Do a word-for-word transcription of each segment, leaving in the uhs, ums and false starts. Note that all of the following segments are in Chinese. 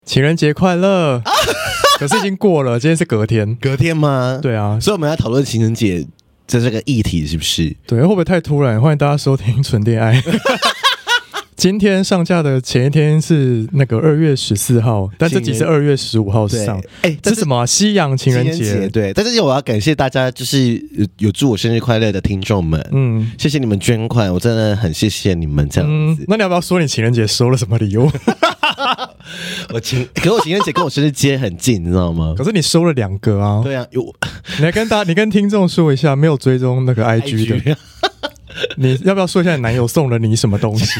情人节快乐！可是已经过了，今天是隔天。 隔天吗？ 对啊， 所以我们要讨论情人节这这个议题是不是？ 对，会不会太突然？欢迎大家收听纯恋爱。今天上架的前一天是那个二月十四号，但这集是二月十五号上。哎、欸，这是什么、啊？西洋情人节？ 对，在这里我要感谢大家，就是有有祝我生日快乐的听众们。嗯，谢谢你们捐款，我真的很谢谢你们这样子。 嗯、那你要不要说你情人节收了什么礼物？ 我情，可是我情人节跟我生日接很近，你知道吗？ 可是你收了两个啊。 对啊，有。 你来跟大家，你跟听众说一下，没有追踪那个 I G 的。I G 你要不要说一下你男友送了你什么东西？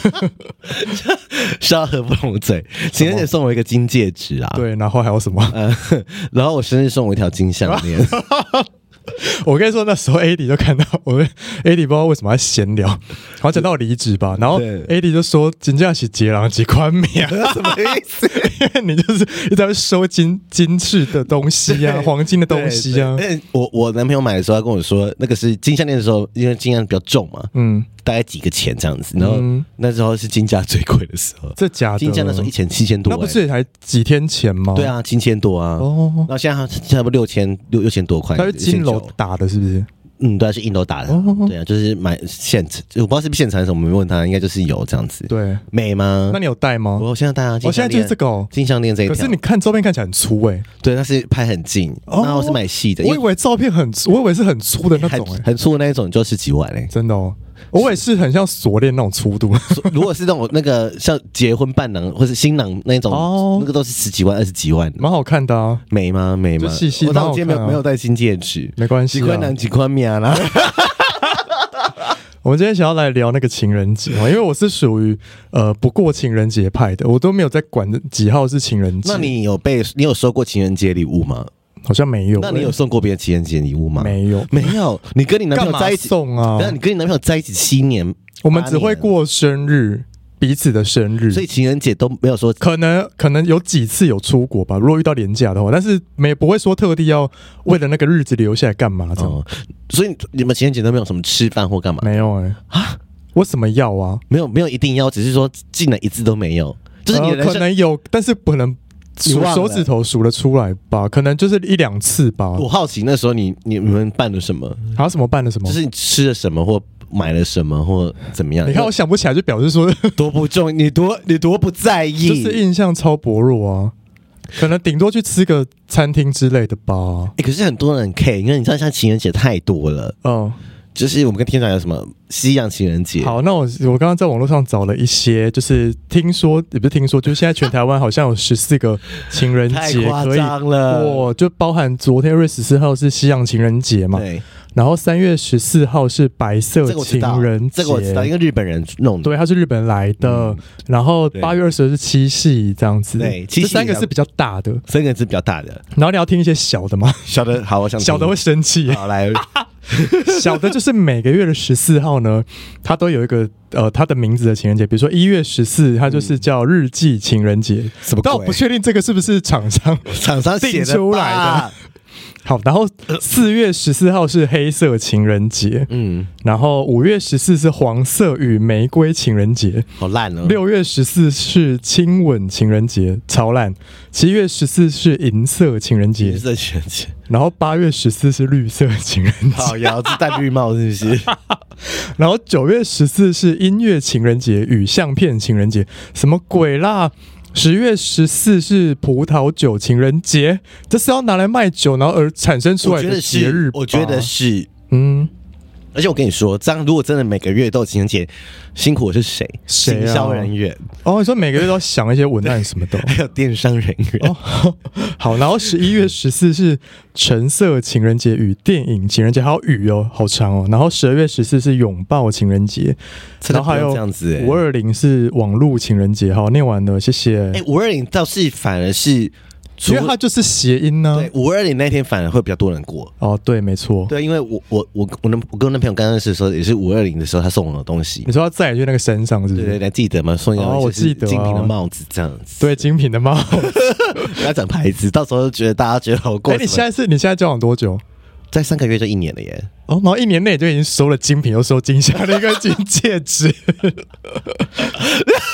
是要合不拢嘴。情人节送我一个金戒指啊， 对，然后还有什么？ 呃，然后我生日送我一条金项链。 我跟你说，那时候 A D 就看到我 ，A D 不知道为什么在闲聊，好像讲到离职吧，然后 A D 就说：“金价是杰郎几宽米啊？” 什么意思？ 因为你就是一直在收金金饰的东西啊，黄金的东西啊。 我我男朋友买的时候，他跟我说，那个是金项链的时候，因为金项链比较重嘛，嗯，大概几个钱这样子。然后、嗯、那时候是金价最贵的时候， 这假的？ 金价那时候一千七千多、欸， 那不是也才几天前吗？ 对啊，七千多啊。哦，然后现在差不多六千六六千多块。 它是金楼打的，是不是？ 嗯，对啊，是印度打的。哦、对啊，就是买现，我不知道是不是现成什么，没问他，应该就是有这样子。 对， 美吗？ 那你有戴吗？ 我现在戴啊， 我、哦、现在就是这个、哦、 金项链这一条。 可是你看照片看起来很粗哎、欸。 对，那是拍很近，哦、然后我是买细的。 我以为照片很粗，我以为是很粗的那种、欸， 很, 很粗的那一种就十几万哎、欸， 真的哦。我也是很像锁链那种粗度， 如果是那种那个像结婚伴郎或是新郎那种，哦、那个都是十几万、二十几万， 蛮好看的啊。 美吗？美吗？ 细细， 我到今天没有、啊、没有戴金戒指， 没关系、啊， 几块男几块米啊啦。 我们今天想要来聊那个情人节，因为我是属于呃不过情人节派的，我都没有在管几号是情人节。 那你有被你有收过情人节礼物吗？ 好像没有、欸。 那你有送过别人情人节礼物吗？ 没有， 没有。你跟你男朋友在一起送啊？ 你跟你男朋友在一起七年， 我们只会过生日，彼此的生日， 所以情人节都没有说。 可能可能有几次有出国吧，如果遇到连假的话，但是没不会说特地要为了那个日子留下来干嘛这样、哦。 所以你们情人节都没有什么吃饭或干嘛？ 没有哎、欸、啊，我什么要啊？ 没有没有一定要，只是说进来一次都没有。就是你的、 呃、可能有，但是不能。数手指头数得出来吧，可能就是一两次吧。 我好奇那时候你你们办了什么？ 还有什么办了什么？ 就是你吃了什么或买了什么或怎么样？ 你看我想不起来，就表示说多不重，你多你多不在意， 就是印象超薄弱啊。可能顶多去吃个餐厅之类的吧。 欸、可是很多人很 care， 因为你知道像情人节太多了。嗯。就是我们跟天长有什么西洋情人节？ 好，那我我刚刚在网络上找了一些，就是听说也不是听说，就是现在全台湾好像有十四个情人节可以， 太夸张了。 我就包含昨天二月十四号是西洋情人节嘛， 对。 然后三月十四号是白色情人节， 这个我知道，因为日本人弄的， 对，他是日本人来的。嗯、然后八月二十是七夕这样子， 对， 这三个是比较大的， 三个是比较大的。 然后你要听一些小的吗？ 小的好，我想听小的会生气。 好来。 小的就是每个月的十四号呢，它都有一个呃它的名字的情人节，比如说一月十四，它就是叫日记情人节。 什么鬼？ 但我不确定这个是不是厂商厂商定出来的。好，然后四月十四号是黑色情人节，嗯，然后五月十四是黄色与玫瑰情人节， 好烂哦。 六月十四是亲吻情人节，超烂。七月十四是银色情人节， 银色情人节。 然后八月十四是绿色情人节， 好呀，是戴绿帽是不是？ 然后九月十四是音乐情人节与相片情人节，什么鬼啦？十月十四是葡萄酒情人节，这是要拿来卖酒，然后而产生出来的节日吧。 我觉得是，嗯。而且我跟你说，这样如果真的每个月都有情人节，辛苦的是谁？ 谁、啊？ 行销人员。 哦，你说每个月都要想一些文案什么的， 还有电商人员。 哦、好，然后十一月十四是橙色情人节与电影情人节，还有雨哦，好长哦。然后十二月十四是拥抱情人节，然后还有五二零是网络情人节。好，念完了，谢谢。 哎，五二零倒是反而是。 因为它就是谐音呢、啊。 对，五二零那天反而会比较多人过。 哦，对，没错。 对，因为我我我我那我跟我那朋友刚认识的时候，也是五二零的时候，他送我的东西。 你说要载你去那个山上，是不是？ 对对，还记得吗？送哦，我记得、啊、 精品的帽子这样子。 对，精品的帽子， 不要讲牌子，到时候觉得大家觉得好过。 哎、欸，你现在是你现在交往多久？ 在三个月就一年了耶。 哦，然后一年内就已经收了精品，又收金夏的一个金戒指。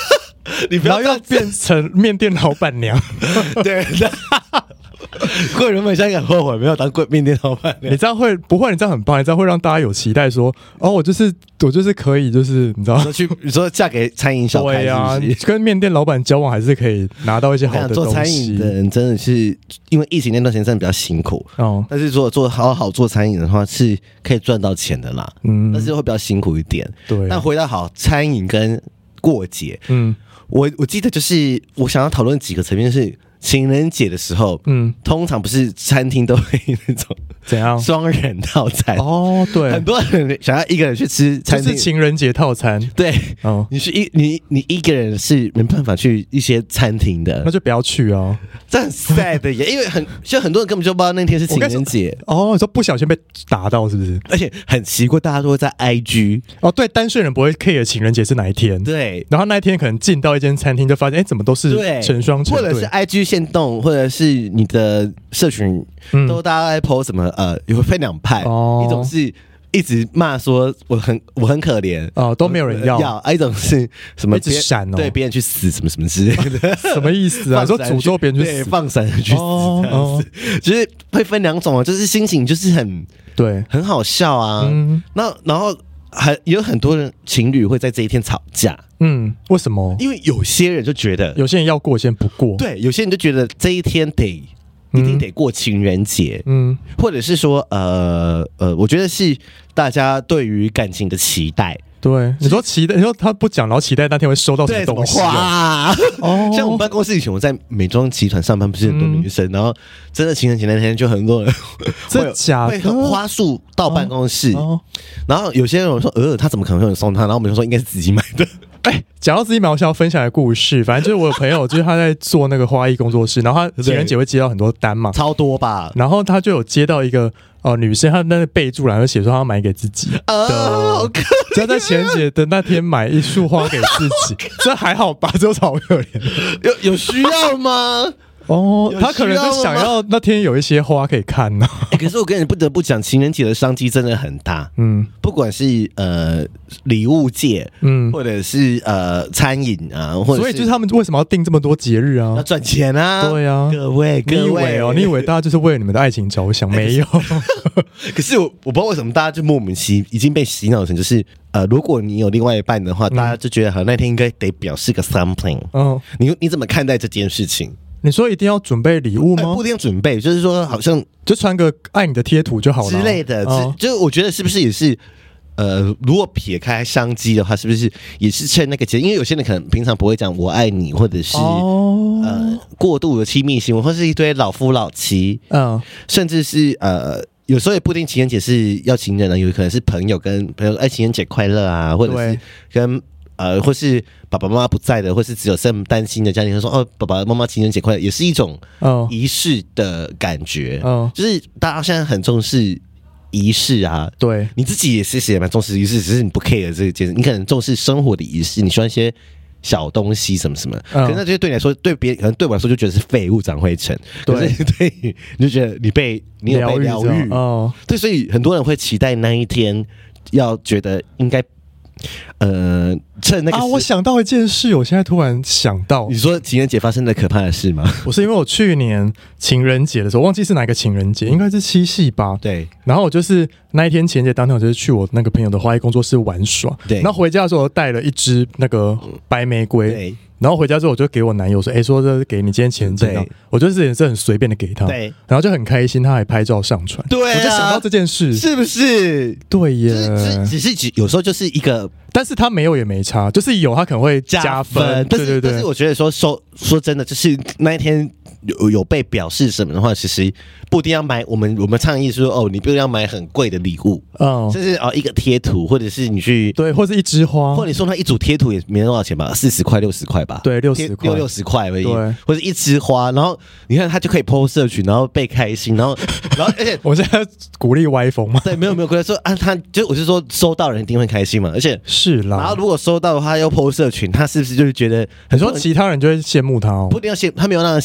你不要要变成面店老板娘。 对。贵人们现在很后悔没有当贵面店老板。 你这样会不会？你这样很棒，你这样会让大家有期待说，哦，我就是我就是可以，就是你知道， 说去你说嫁给餐饮小开，对啊， 跟面店老板交往还是可以拿到一些好的东西。 做餐饮的人真的是因为疫情那段时间真的比较辛苦哦，但是如果做好好做餐饮的话是可以赚到钱的啦，嗯，但是会比较辛苦一点。对，但回到好餐饮跟过节，嗯，我我记得就是我想要讨论几个层面是。情人节的时候，嗯，通常不是餐厅都会那种怎样双人套餐哦，对， 很多人想要一个人去吃餐厅， 就是情人节套餐， 对，哦，你是一你你一个人是没办法去一些餐厅的， 那就不要去啊， 这很 sad 的耶，因为很像很多人根本就不知道那天是情人节哦，你说不小心被打到是不是？ 而且很奇怪，大家都会在 I G 哦，对，单身人不会 care 情人节是哪一天， 对， 然后那一天可能进到一间餐厅就发现，哎，怎么都是成双成对， 或者是 I G 限动，或者是你的社群、嗯、都大家在 po 什么呃，也会分两派、哦，一种是一直骂说我很我很可怜哦，都没有人要， 要啊，一种是什么一直闪哦， 对别人去死什么什么之类的， 什么意思啊？说诅咒别人去死， 放闪去死这样子，就是会分两种啊，就是心情就是很对， 很好笑啊，嗯，那然后。还有很多人情侣会在这一天吵架， 嗯，为什么？ 因为有些人就觉得， 有些人要过，有些人不过， 对，有些人就觉得这一天得一定得过情人节，嗯，或者是说，呃呃，我觉得是大家对于感情的期待。 对，你说期待，你说他不讲，然后期待那天会收到什么东西、啊？ 哦，像我们办公室以前，我在美妆集团上班，不是很多女生，嗯、然后真的情人节那天就很多人， 真假的会很花束到办公室，哦哦、然后有些人说，呃，他怎么可能会送他？然后我们就说应该是自己买的。 哎，讲到自己买，我想要分享一个故事。反正就是我有朋友，就是他在做那个花艺工作室，然后他情人节会接到很多单嘛， 超多吧。然后他就有接到一个呃女生，她那个备注栏就写说她要买给自己的， 哦， 就要在情人节的那天买一束花给自己，这还好吧？这好可怜， 有有需要吗？ 哦，他可能就想要那天有一些花可以看呢、啊欸。可是我跟你不得不讲，情人节的商机真的很大。嗯，不管是呃礼物界，嗯，或者是呃餐饮啊，或者所以就是他们为什么要定这么多节日啊？ 要赚钱啊！ 对啊， 各位各位， 你以为哦，你以为大家就是为了你们的爱情着想？没有。 可是我我不知道为什么大家就莫名其已经被洗脑成就是。呃，如果你有另外一半的话，嗯、大家就觉得好那天应该得表示个 something。哦，你你怎么看待这件事情？ 你说一定要准备礼物吗？ 欸、不一定要准备，就是说好像就传个爱你的贴图就好了之类的。哦、就我觉得是不是也是呃，如果撇开商机的话，是不是也是趁那个节？因为有些人可能平常不会讲我爱你，或者是、哦、呃过度的亲密行为，或是一堆老夫老妻，嗯，甚至是呃。有时候也不一定情人节是要情人的，有可能是朋友跟朋友哎情人节快乐啊，或者是跟呃或是爸爸妈妈不在的，或是只有剩单亲的家庭，说哦爸爸妈妈情人节快乐，也是一种仪式的感觉。哦，就是大家现在很重视仪式啊， 对， 你自己也是也蛮重视仪式，只是你不 care 这件事，你可能重视生活的仪式，你喜欢一些。小东西什么什么，嗯、可是那些对你来说，对别人可能对我来说就觉得是废物长灰尘，可是对你就觉得你被你有被疗愈哦，对，所以很多人会期待那一天，要觉得应该。呃，趁那个啊，我想到一件事，我现在突然想到， 你说情人节发生的可怕的事吗？ 不是，因为我去年情人节的时候，忘记是哪个情人节，应该是七夕吧？对。然后我就是那一天情人节当天，我就是去我那个朋友的花艺工作室玩耍。对。然后回家的时候，我带了一支那个白玫瑰。对。然后回家之后，我就给我男友说：“哎、欸，说这是给你今天情人节。”我就是也是很随便的给他，对，然后就很开心，他还拍照上传。对、啊，我就想到这件事， 是不是？ 对耶， 只是只有时候就是一个， 但是他没有也没差，就是有他可能会加分。加分对对对，但是我觉得说说说真的，就是那一天有有被表示什么的话，其实不一定要买。我们我们倡议说哦，你不一定要买很贵的礼物，嗯，就是哦一个贴图，或者是你去对，或者一枝花， 或者你送他一组贴图也没多少钱吧，四十块六十块吧， 对，六十块六六十块而已，对，或者一枝花，然后你看他就可以 po 社群，然后被开心，然后然后而且我现在鼓励歪风嘛， 对，没有没有，跟他说啊，他就我是说收到人一定会开心嘛，而且是啦， 然后如果收到的话又 po 社群，他是不是就是觉得很多其他人就会羡慕他哦？ 不一定要羡，他没有让人羡慕，只是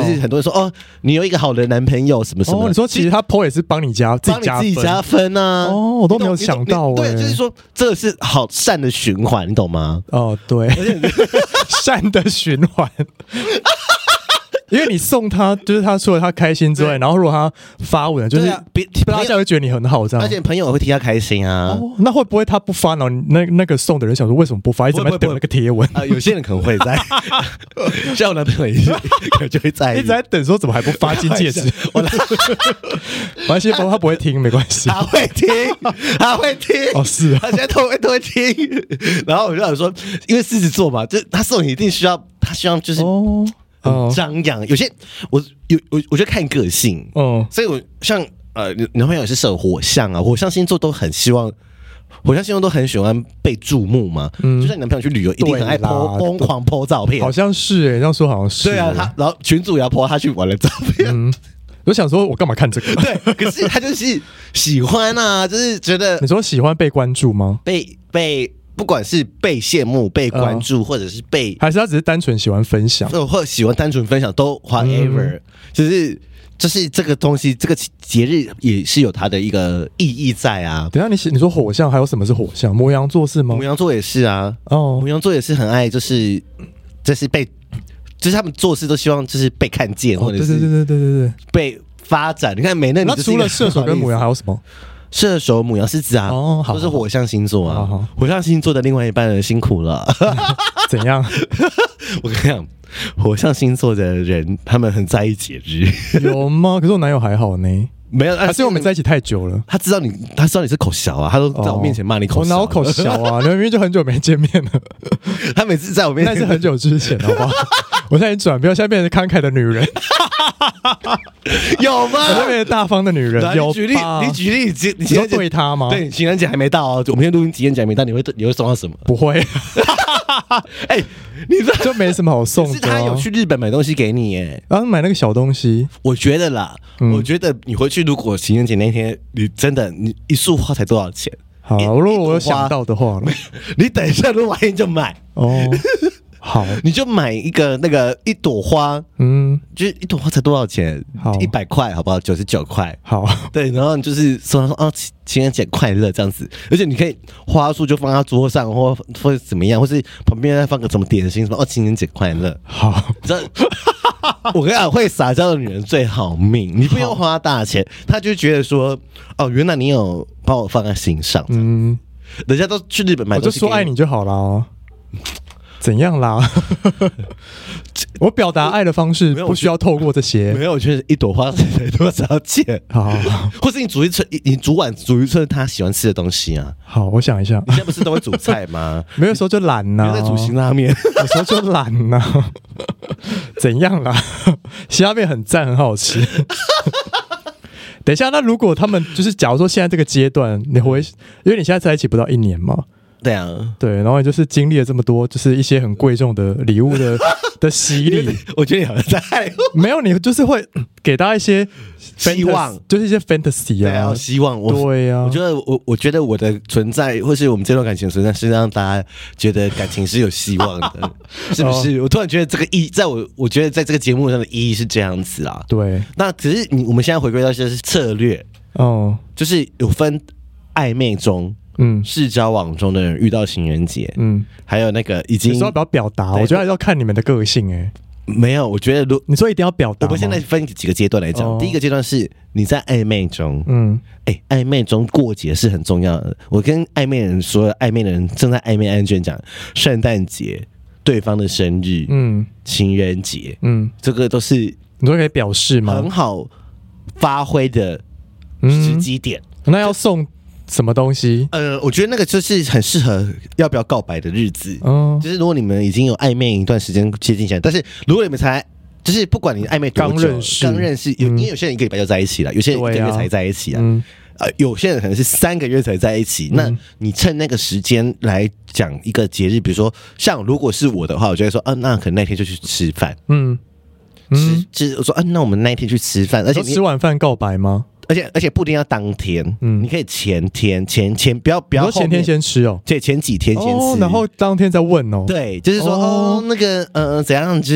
是很多人说哦，你有一个好的男朋友什么什么。 哦，你说其实他 po 也是帮你加自己加分，自己加分啊。 哦，我都没有想到、欸， 对，就是说这是好善的循环，你懂吗？ 哦，对，善的循环。因为你送他，就是他除了他开心之外，然后如果他发文，就是别大家会觉得你很好，这样， 而且朋友会替他开心啊。 哦、那会不会他不发，然后那那个送的人想说为什么不发，一直在等那个贴文啊？有些人可能会在，像我男朋友也是，可能就会在一直在等说怎么还不发金戒指？我没关系，他不会听，没关系， 他会听，他会听。 哦，是、啊， 他现在都会都会听。然后我就想说，因为狮子座嘛，就他送你一定需要，他希望就是。哦很张扬，有些我有我我觉得看个性，嗯，所以我像呃，男朋友也是射火象啊，火象星座都很希望，火象星座都很喜欢被注目嘛，嗯，就像你男朋友去旅游，一定很爱 po 疯狂 po 照片， 好像是哎、欸，这样说好像是， 对啊，他然后群主也要 po 他去玩的照片，嗯， 我想说我干嘛看这个？ 对，可是他就是喜欢啊，就是觉得你说喜欢被关注吗？ 被被。不管是被羡慕、被关注，呃、或者是被， 还是他只是单纯喜欢分享， 或者喜欢单纯分享，都 whatever，、嗯、就是就是这个东西，这个节日也是有它的一个意义在啊。 等一下你你说火象，还有什么是火象？牡羊座是吗？ 牡羊座也是啊，哦，牡羊座也是很爱，就是就是被，就是他们做事都希望就是被看见，哦、或者是对对对对对对被发展。你看美嫩， 那除了射手跟牡羊还有什么？ 射手、牡羊、狮子啊，哦、都是火象星座啊。好好火象星座的另外一半人辛苦了。 怎样？ 我跟你讲，火象星座的人他们很在意节日， 有吗？可是我男友还好呢。 没有， 还是我们在一起太久了。 他知道你，他知道你是口小啊，他都在我面前骂你口小。 我哪有口小啊？你们明明就很久没见面了。 他每次在我面前， 那是很久之前，好不好？我现在已经转变，现在变成慷慨的女人。 有吗？ 我现在变成大方的女人。有你举例，你举例，你你说对他吗？ 对，情人节还没到哦，我们现在录音体验节还没到，你会你会送他什么？ 不会。 哎、欸，你这就没什么好送的、啊。 是他有去日本买东西给你耶， 然后买那个小东西。 我觉得啦，嗯、我觉得你回去如果情人节那天，你真的你一束花才多少钱？ 好，如果我有想到的话， 你等一下，如果晚点就买哦。 好， 你就买一个那个一朵花，嗯，就是一朵花才多少钱？好，一百块，好不好？九十九块。 好， 对，然后你就是说他说哦，情人节快乐这样子，而且你可以花束就放在桌上，或或者怎么样，或是旁边再放个什么点心什么哦，情人节快乐。 好， 这我跟你讲，会撒娇的女人最好命，你不用花大钱，她就觉得说哦，原来你有把我放在心上。嗯，人家都去日本买东西， 我就说爱你就好了。怎样啦？我表达爱的方式不需要透过这些。 没有，我觉得一朵花才多少钱？ 好，好， 或是你煮一次，你煮碗煮一次他喜欢吃的东西啊。 好，我想一下。 你现在不是都会煮菜吗？ 没有时候就懒呐、啊， 在煮辛拉面， 有时候就懒呐、啊。怎样啦？辛拉面很赞，很好吃。等一下，那如果他们就是，假如说现在这个阶段，你会因为你现在在一起不到一年嘛？ 对啊， 对，然后也就是经历了这么多，就是一些很贵重的礼物的的洗礼。 我觉得你好像在害我， 没有，你就是会给大家一些希望， 就是一些 fantasy 啊， 对啊希望。我对啊， 我觉得我我觉得我的存在，或是我们这段感情的存在，是让大家觉得感情是有希望的，是不是？哦、我突然觉得这个意，在我我觉得在这个节目上的意义是这样子啊。 对， 那可是你我们现在回归到就是策略哦，就是有分暧昧中。嗯，是交往中的人遇到情人节，嗯，还有那个已经你说要不要表达？我觉得要看你们的个性哎、欸。 没有，我觉得如你说一定要表达。 我们现在分几个阶段来讲，哦、第一个阶段是你在暧昧中，嗯，哎、欸，暧昧中过节是很重要的。我跟暧昧人说，暧昧的人正在暧昧安全讲，圣诞节、对方的生日，嗯，情人节，嗯，这个都是你都可以表示吗？ 很好发挥的时机点。 嗯、那要送。什么东西？ 呃，我觉得那个就是很适合要不要告白的日子。嗯，就是如果你们已经有暧昧一段时间接近起来，但是如果你们才就是不管你暧昧多久，刚认识，刚认识，有、嗯、因为有些人一个礼拜就在一起了，有些人一个月才在一起啊。嗯、呃，有些人可能是三个月才在一起。嗯、那你趁那个时间来讲一个节日，比如说像如果是我的话，我就会说，啊，那可能那天就去吃饭。嗯嗯，吃，我说，啊，那我们那一天去吃饭，而且吃完饭告白吗？ 而且而且不一定要当天，嗯，你可以前天前前不要不要前天先吃哦， 对，前几天先吃， 哦，然后当天再问哦， 对，就是说哦, 哦那个呃怎样，就是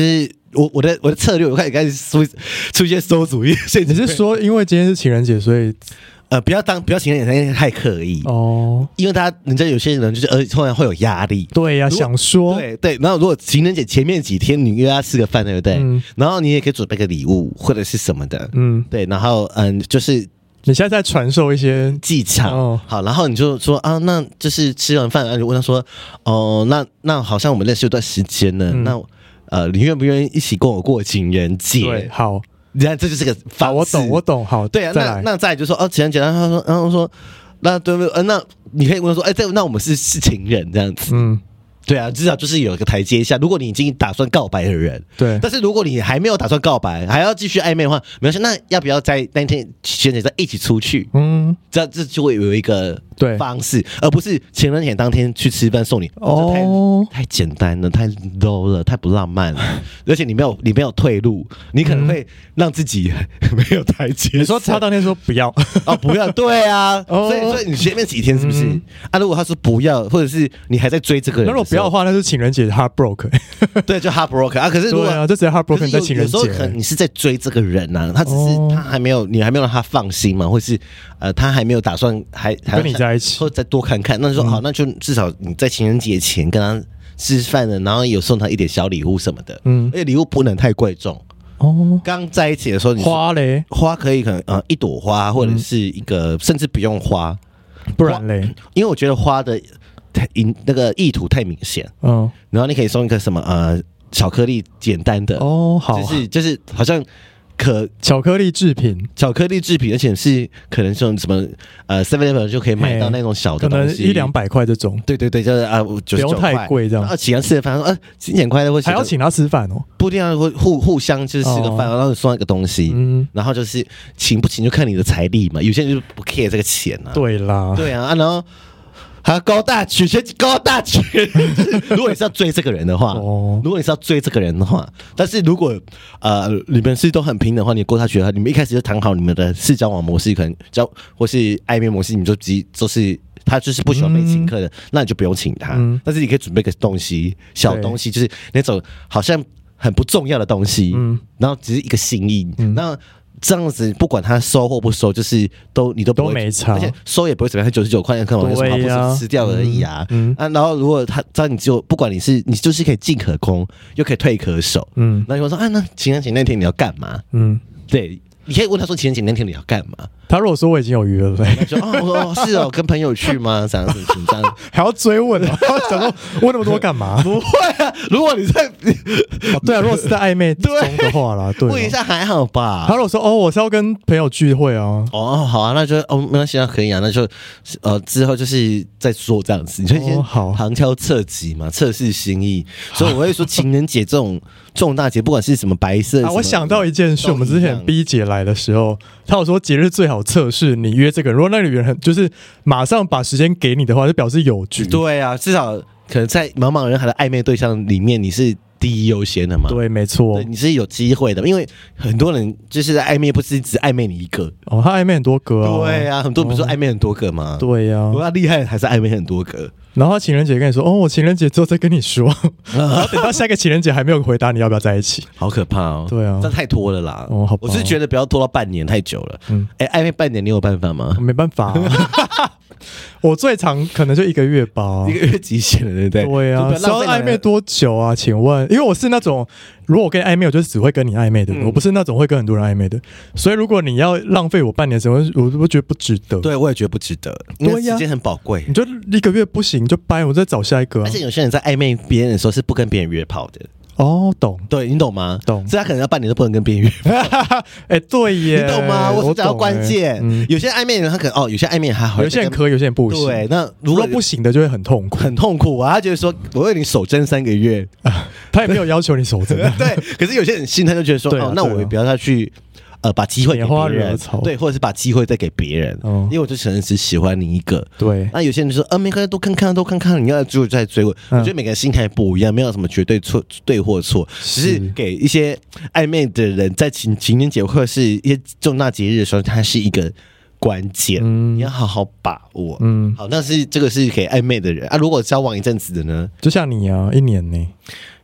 我我的我的策略，我开始开始出出一些馊主意。 你是说因为今天是情人节，所以呃不要当不要情人节太刻意哦，因为他人家有些人就是呃突然会有压力。 对呀、啊，想说对对，然后如果情人节前面几天你约他吃个饭，对不对？嗯、然后你也可以准备个礼物或者是什么的，嗯，对，然后嗯就是。 你现在在传授一些技巧、哦，好，然后你就说啊，那就是吃完饭，然后你问他说，哦，那那好像我们认识一段时间了，嗯、那呃，你愿不愿意一起跟我过情人节？ 对，好， 你看这就是个方式， 我懂，我懂，好， 对啊，那那再来就说哦，情人节，然后他说，然后说，那对不对？呃，那你可以问说，哎，这那我们是是情人这样子，嗯。对啊，至少就是有一个台阶下。如果你已经打算告白的人，对，但是如果你还没有打算告白，还要继续暧昧的话，没关系。那要不要在那天情人节再一起出去？嗯，这样这就会有一个方式，而不是情人节当天去吃饭送你。哦，太太简单了，太 low 了，太不浪漫了。而且你没有你没有退路，你可能会让自己没有台阶。 你说他当天说不要哦，不要，对啊。所以所以你前面几天是不是、嗯、啊？如果他说不要，或者是你还在追这个人， 那如果不要的话，那是情人节 heartbroken， 对，就 heartbroken 啊。可是如果对啊，就直接 heartbroken 在情人节。 有时候可能你是在追这个人啊，他只是、哦、他还没有，你还没有让他放心嘛，或是呃，他还没有打算还跟你在一起， 或者再多看看。那就说、嗯、好，那就至少你在情人节前跟他吃饭了，然后有送他一点小礼物什么的，嗯，而且礼物不能太贵重。哦，刚在一起的时候你， 花嘞， 花可以可能呃一朵花，或者是一个、嗯、甚至不用花， 不然嘞， 因为我觉得花的太那个意图太明显，嗯，然后你可以送一个什么呃巧克力简单的哦，好，就是就是好像可巧克力制品， 巧克力制品，而且是可能像什么呃 seven eleven 就可以买到那种小的东西， 可能一两百块这种， 对对对，就是啊九十九块， 不用太贵这样。 然后请他吃个饭，说呃几点快乐，或还要请他吃饭哦， 不一定要互互相就是吃个饭，哦、然后送一个东西，嗯，然后就是请不请就看你的财力嘛，有些人就不 care 这个钱啊， 对啦， 对啊，啊然后。还要高大曲，学高大曲。如果你是要追这个人的话，哦、如果你是要追这个人的话，但是如果呃你们是都很平等的话，你高大曲的话，你们一开始就谈好你们的是交往模式，可能交或是暧昧模式，你就直就是他就是不喜欢被请客的，嗯、那你就不用请他。嗯、但是你可以准备个东西，小东西，就是那种好像很不重要的东西，嗯、然后只是一个心意，嗯、那。这样子，不管他收或不收，就是都你都不会都没差， 而且收也不会怎么样，九十九块，可能有什么不是吃掉而已啊。嗯嗯、啊，然后如果他这样，你就不管你是你就是可以进可攻，又可以退可守。嗯，那你会说啊，那情人节那天你要干嘛？嗯，对，你可以问他说情人节那天你要干嘛？ 他如果说我已经有约了， 他说哦，我说是哦，跟朋友去吗？这样子紧张， 还要追问哦，想说问那么多干嘛？ 不会啊，如果你在， 哦、对啊，如果是在暧昧中的话啦，对， 问一下还好吧。 他如果说哦，我是要跟朋友聚会啊， 哦，好啊，那就哦没关系啊，可以啊，那就呃之后就是再说这样子，你就先旁敲侧击嘛，测试心意。所以我会说情人节这种重大节，不管是什么白色， 啊，我想到一件事，我们之前 B 姐来的时候，她有说节日最好测试你约这个人，如果那个人就是马上把时间给你的话，就表示有局。 对啊，至少可能在茫茫人海的暧昧对象里面，你是第一优先的嘛？ 对，没错， 你是有机会的，因为很多人就是在暧昧，不是只暧昧你一个哦，他暧昧很多个啊。 对啊，很多人不是说暧昧很多个吗？ 哦、对呀、啊， 如果他厉害还是暧昧很多个。 然后他情人节跟你说，哦，我情人节之后再跟你说，然后等到下一个情人节还没有回答你要不要在一起， 好可怕哦！对啊，这太拖了啦。 哦，好吧， 我是觉得不要拖到半年，太久了。嗯，哎，暧昧半年你有办法吗？ 没办法、啊，我最长可能就一个月吧， 一个月极限了，对不对？ 对啊，是要暧昧多久啊？请问，因为我是那种如果我跟你暧昧，我就只会跟你暧昧的人，嗯、我不是那种会跟很多人暧昧的，所以如果你要浪费我半年的时间，我我觉得不值得。 对，我也觉得不值得，因为时间很宝贵。 你就一个月不行就掰，我再找下一个、啊。 而且有些人在暧昧别人的时候是不跟别人约炮的。 哦，懂， 对你懂吗？ 懂， 所以他可能要半年都不能跟别人约炮。 哎、欸，对耶， 你懂吗？我是讲到关键、欸嗯。有些暧昧人他可能哦，有些暧昧人还好， 有些人可以，有些人不行。 对，那如果不行的就会很痛苦， 很痛苦啊！他觉得说我为你守贞三个月、 啊，他也没有要求你守贞。 对，可是有些人心态就觉得说，啊、哦，那我也不要再去。呃，把机会给别人，对，或者是把机会再给别人、哦，因为我就可能只喜欢你一个， 对。 那有些人就说，呃，没关系，多看看，多看看，你要追再追问、嗯。我觉得每个人心态不一样，没有什么绝对错对或错，只是给一些暧昧的人在情情人节或者是一些重大节日的时候，它是一个关键、嗯，你要好好把握。嗯，好，那是这个是给暧昧的人啊。如果交往一阵子的呢？ 就像你啊，一年呢。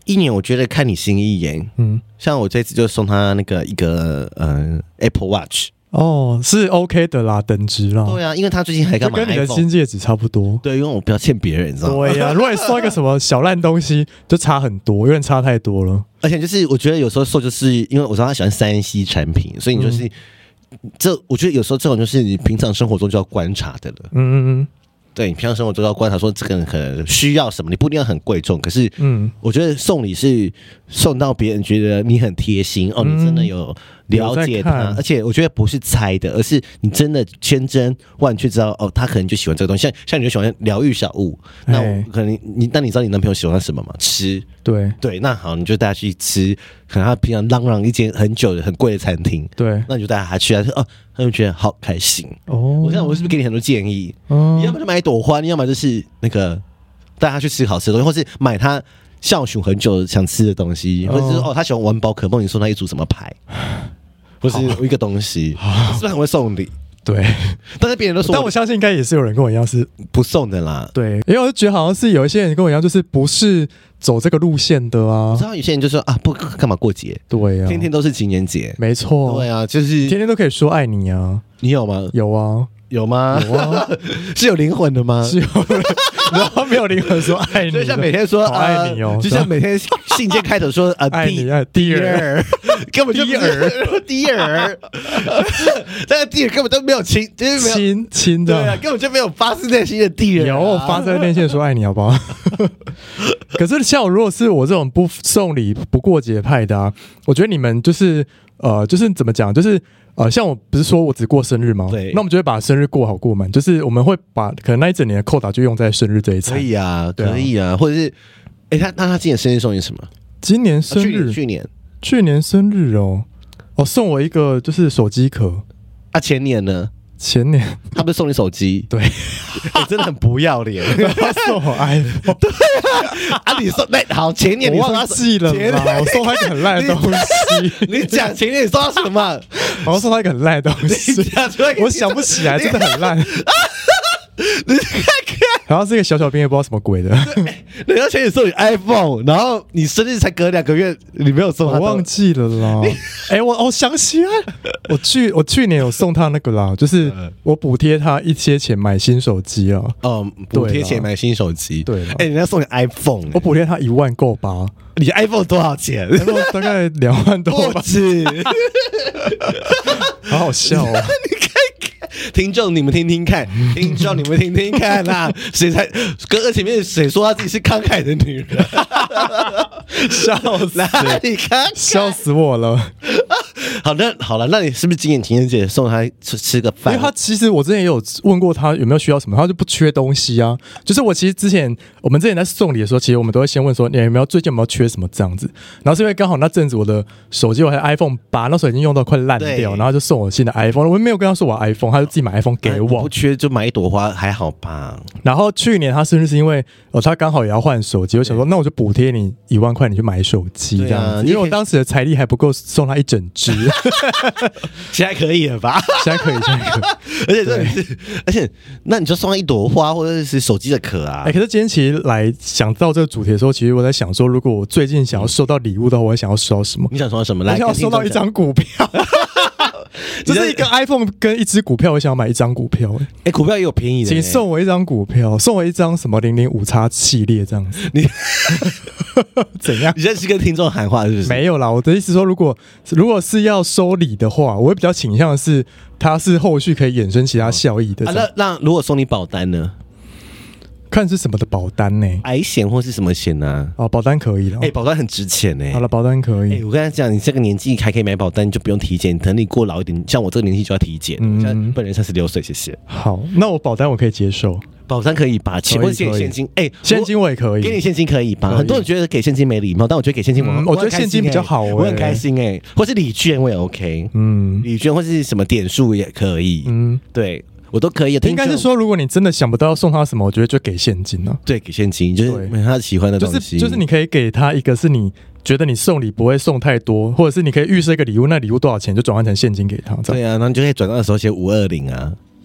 一年我觉得看你心意耶。嗯，像我这次就送他那个一个呃 Apple Watch。 哦，是 OK 的啦，等值啦。 对啊，因为他最近还干嘛？ 跟你的新戒指差不多。 对，因为我不要欠别人，你知道吗？ 对呀、啊，如果你送一个什么小烂东西，就差很多，有点差太多了。 而且就是我觉得有时候送，就是因为我知道他喜欢三 C 产品，所以你就是、嗯、这，我觉得有时候这种就是你平常生活中就要观察的了。嗯嗯嗯。对，你平常生活中要观察说这个人可能需要什么，你不一定要很贵重，可是，嗯，我觉得送礼是送到别人觉得你很贴心哦，你真的有了解他，而且我觉得不是猜的，而是你真的千真万确知道哦，他可能就喜欢这个东西，像像你就喜欢疗愈小物，那我可能你那你知道你男朋友喜欢什么吗？吃， 对对，那好，你就带他去吃，可能他平常嚷嚷一间很久的很贵的餐厅， 对， 那你就带他去啊，哦，他就觉得好开心哦。我想我是不是给你很多建议？哦，你要么就买一朵花，你要么就是那个带他去吃好吃的东西，或是买他校训很久想吃的东西，或者是哦他喜欢玩宝可梦，你送他一组什么牌，或是一个东西，是不是很会送礼？ 对， 但是别人都说， 但我相信应该也是有人跟我一样是不送的啦。 对，因为我就觉得好像是有一些人跟我一样，就是不是走这个路线的啊。 我知道有些人就说啊，不干嘛过节？ 对啊， 天天都是情人节， 没错。 对啊，就是天天都可以说爱你啊。 你有吗？ 有啊。 有吗？ 有啊， 是有灵魂的吗？ 是有，然后没有灵魂说爱你， 就像每天说好爱你哦， 就像每天信件开头说啊， 爱你啊 ，Dear， 根本就 Dear，Dear， 那个 Dear 根本都没有亲，就是没有亲亲的， 对啊，根本就没有发自内心的 Dear， 有发自内心的说爱你，好不好？可是像我如果是我这种不送礼不过节派的啊，我觉得你们就是呃，就是怎么讲，就是。呃，像我不是说我只过生日吗？ 对， 那我们就会把生日过好过满，就是我们会把可能那一整年的扣打就用在生日这一餐。 可以啊，可以啊，或者是，哎，他那他今年生日送你什么？ 今年生日， 啊、去年去年生日哦，哦，送我一个就是手机壳。 啊，前年呢？ 前年他不是送你手机？ 对， 你真的很不要脸。 他送我 iPhone， 对啊，啊你送那好前年你我忘记了嘛，我送他一个很烂的东西。 你讲前年你送他什么？ 我送他一个很烂的东西，我想不起来，真的很烂。 你看看， 然后是一个小小兵，也不知道什么鬼的。 人家前年送你 iPhone， 然后你生日才隔两个月，你没有送他， 我忘记了啦。哎、欸，我我想起来，我去我去年有送他那个啦，就是我补贴他一些钱买新手机啊。 哦，补贴钱买新手机，对了。哎、欸，人家送你 iPhone， 我补贴他一万够吧？ 你 iPhone 多少钱 ？iPhone 大概两万多吧。 不止， 好好笑哦。 听众，你们听听看，听众，你们听听看啦，谁才哥哥前面谁说他自己是慷慨的女人？ 笑死！ 你看， 笑死我了。 好，那好了，那你是不是今年情人节送他吃吃个饭？ 因为他其实我之前也有问过他有没有需要什么，他就不缺东西啊。就是我其实之前我们之前在送礼的时候，其实我们都会先问说你有没有最近有没有缺什么这样子。然后是因为刚好那阵子我的手机我还 iPhone 八，那时候已经用到快烂掉，然后就送我新的 iPhone。我没有跟他说我 iPhone， 他就自己买 iPhone 给我。 不缺就买一朵花还好吧。 然后去年他生日是因为哦他刚好也要换手机，我想说那我就补贴你一万块，你去买手机这样子。因为我当时的财力还不够送他一整只。 现在可以了吧？ 现在可以，现在可以。 而且这里是，而且那你就送他一朵花或者是手机的壳啊。 哎、欸，可是今天其实来想到这个主题的时候，其实我在想说，如果我最近想要收到礼物的话，我想要收到什么？ 你想收到什么？来， 我想要收到一张股票。就是一个 iPhone 跟一支股票，我想要买一张股票。哎、 欸，股票也有便宜的、欸， 请送我一张股票，送我一张什么零零五叉系列这样子。你怎样？ 你现在是跟听众喊话是不是？ 没有啦，我的意思说，如果如果是要收礼的话，我会比较倾向的是，它是后续可以衍生其他效益的、 哦啊。那那如果送你保单呢？ 看是什么的保单呢、欸？ 癌险或是什么险呢、啊？ 哦，保单可以了。 哎、欸，保单很值钱呢、欸。 好了，保单可以。 哎、欸，我跟他讲，你这个年纪还可以买保单，你就不用体检。等你过老一点，像我这个年纪就要体检。嗯，像本人三十六岁，谢谢。 好，那我保单我可以接受。 保单可以吧？钱或者给现金？哎、欸， 现金我也可以， 给你现金可以吧？很多人觉得给现金没礼貌，但我觉得给现金我、嗯， 我觉得现金比较好、欸， 我很开心哎、欸。或是礼券我也 OK， 嗯，礼券或是什么点数也可以，嗯，对。我都可以， 应该是说，如果你真的想不到要送他什么，我觉得就给现金啊。 对，给现金就是买他喜欢的东西。 就是就是你可以给他一个是你觉得你送礼不会送太多，或者是你可以预设一个礼物，那礼物多少钱就转换成现金给他。 对啊，然后你就可以转账的时候写五二零啊。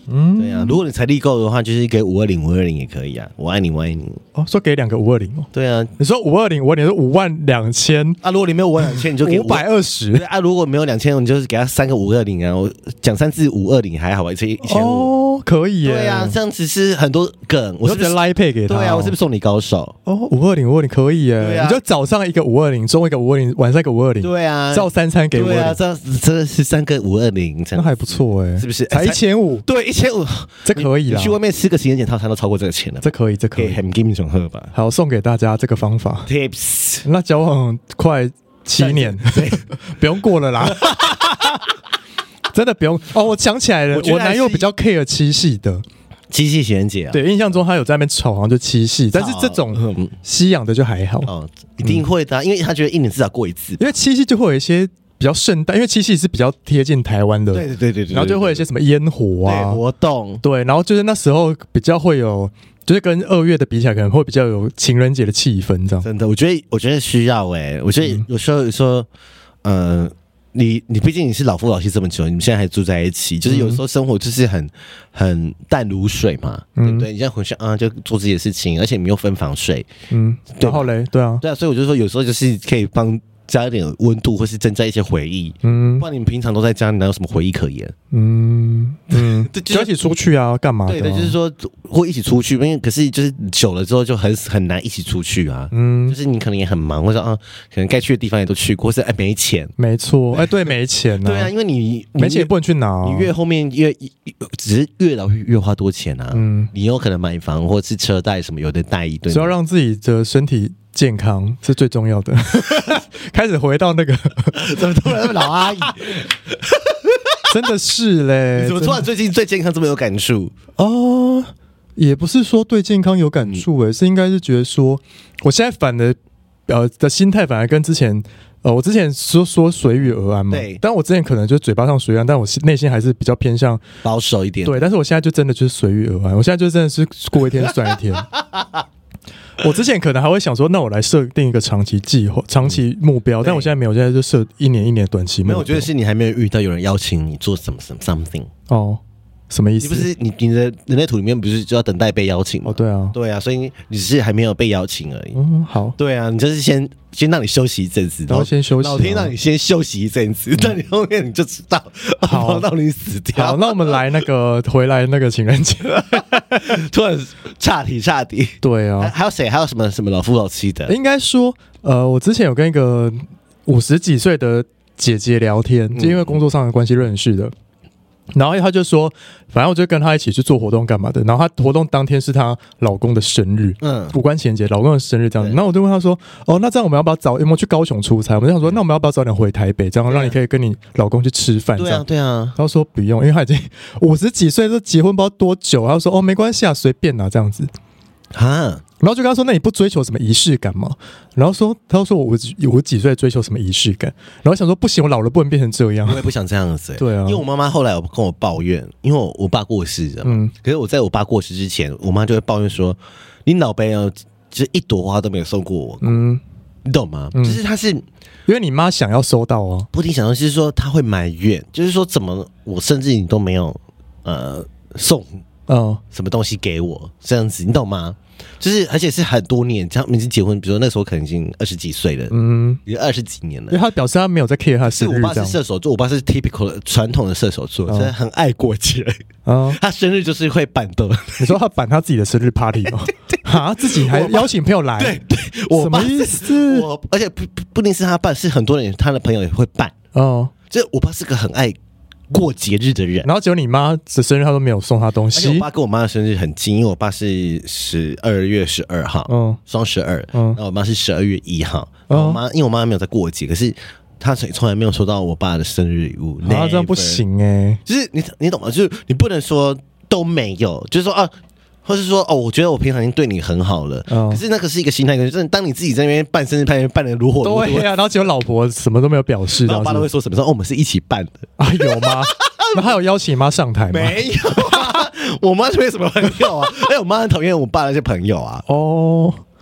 嗯，对啊，如果你财力够的话，就是给五二零五二零也可以啊，我爱你我爱你。 哦，说给两个五二零哦。 对啊， 你说五二零五二零是五万两千啊，如果你没有五万两千，你就给五百二十。 啊，如果没有两千，你就是给他三个五二零啊。我讲三次五二零还好吧，这一千五哦，可以耶。 对啊，这样子是很多梗， 我是不是来配给他？ 对啊，我是不是送你高手？ 哦，五二零五二零可以耶。 啊、 你就早上一个五二零，中午一个五二零，晚上一个五二零。 对啊， 照三餐给五二零。 对啊，这样真的是三个五二零， 那还不错哎， 是不是？ 才一千五， 对，一千五， 这可以啦。 去外面吃个情人节套餐都超过这个钱了， 这可以，这可以。 很 give me 种喝吧。 好，送给大家这个方法 tips。 那交往快七年，不用过了啦。真的不用哦，我想起来了，我男友比较 care 七夕的。 七夕情人节啊， 对，印象中他有在那边吵，好像就七夕，但是这种西洋的就还好哦，一定会的、啊，因为他觉得一年至少过一次， 因为七夕就会有一些比较盛大，因为七夕是比较贴近台湾的， 对对对对对， 然后就会有一些什么烟火啊活动， 对，然后就是那时候比较会有，就是跟二月的比起来，可能会比较有情人节的气氛，这样。 真的，我觉得我觉得需要哎、欸，我觉得有时候有时候，呃。你你毕竟你是老夫老妻这么久，你们现在还住在一起，就是有时候生活就是很很淡如水嘛，嗯、对不对？你现在回去啊，就做自己的事情，而且你们又分房睡，嗯， 然后嘞，对啊， 对啊，所以我就说有时候就是可以帮加一点温度，或是增加一些回忆，嗯，不然你们平常都在家，你哪有什么回忆可言？ 嗯嗯，就一起出去啊，干嘛的、啊？ 对对，就是说会一起出去，因为可是就是久了之后就很很难一起出去啊。嗯，就是你可能也很忙，或者啊，可能该去的地方也都去过，或是哎没钱。 没错，哎对，没钱啊。 对啊，因为你没钱也不能去拿、啊， 你越后面越只是越老越越花多钱啊。嗯，你有可能买房或是车贷什么，有的贷一堆。 只要让自己的身体健康是最重要的。开始回到那个， 怎么突然那么老阿姨？ 真的是嘞， 怎么突然最近对健康这么有感触？ 哦，也不是说对健康有感触诶、欸，是应该是觉得说，我现在反而呃的心态反而跟之前呃，我之前说说随遇而安嘛，对，但我之前可能就嘴巴上随遇而安，但我内心还是比较偏向保守一点。 对，但是我现在就真的就是随遇而安，我现在就真的是过一天算一天。我之前可能还会想说，那我来设定一个长期计划、长期目标，但我现在没有，现在就设一年一年短期目标。 没有，我觉得是你还没有遇到有人邀请你做什么什么 something 哦。什么意思？ 你不是你你的人类图里面不是就要等待被邀请吗？ 哦，对啊， 对啊，所以你你只是还没有被邀请而已。 嗯，好， 对啊，你就是先先让你休息一阵子， 然后先休息， 老天让你先休息一阵子，那、嗯、你后面你就知道，好到你死掉。 好，那我们来那个回来那个情人节， 突然岔题岔题。 对啊， 还, 还有谁？还有什么什么老夫老妻的？ 应该说，呃，我之前有跟一个五十几岁的姐姐聊天，就因为工作上的关系认识的。然后他就说，反正我就跟他一起去做活动干嘛的。然后他活动当天是她老公的生日，嗯，无关情人节，老公的生日这样子。然后我就问他说，哦，那这样我们要不要早有没有去高雄出差？我们就想说，那我们要不要早点回台北，这样让你可以跟你老公去吃饭？这样对啊，对啊。 他说不用，因为他已经五十几岁，都结婚不知道多久。他说哦，没关系啊，随便啊，这样子啊。然后就跟他说，那你不追求什么仪式感吗？然后说，他说我我几岁追求什么仪式感？然后想说不行，我老了不能变成这样。 我也不想这样子、欸。 对啊， 因为我妈妈后来有跟我抱怨，因为我我爸过世了，嗯，可是我在我爸过世之前，我妈就会抱怨说，你老辈啊，就是一朵花都没有送过我，嗯，你懂吗？嗯、就是他是因为你妈想要收到啊， 不一定想要，是说他会埋怨，就是说怎么我甚至你都没有呃送呃什么东西给我这样子，你懂吗？就是，而且是很多年，他们已经结婚，比如说那时候可能已经二十几岁了，嗯，也二十几年了。 因为他表示他没有在 care 他生日。 我爸是射手座，我爸是 typical 的传统的射手座，所以很爱过节。哦，他生日就是会办的。 你说他办他自己的生日 party 吗？啊，自己还邀请朋友来？ 对对，我什么意思？ 我而且不不一定是他办，是很多人他的朋友也会办。哦，就我爸是个很爱过节日的人， 然后只有你妈的生日他都没有送他东西。 而且我爸跟我妈的生日很近，因为我爸是十二月十二号，嗯，双十二，嗯，然后我妈是十二月一号。然后我妈因为我妈没有在过节，可是她从来没有收到我爸的生日礼物。 啊，这样不行哎、欸， 就是你你懂吗？就是你不能说都没有，就是说啊。或是说哦，我觉得我平常已经对你很好了，嗯、可是那个是一个心态，就是当你自己在那边办生日派对办的如火如荼， 对呀、啊，然后结果老婆什么都没有表示， 然后我爸都会说什么说哦，我们是一起办的啊，有吗？那他有邀请你妈上台吗？ 没有啊，我妈是没什么朋友啊，而且我妈很讨厌我爸那些朋友啊。哦，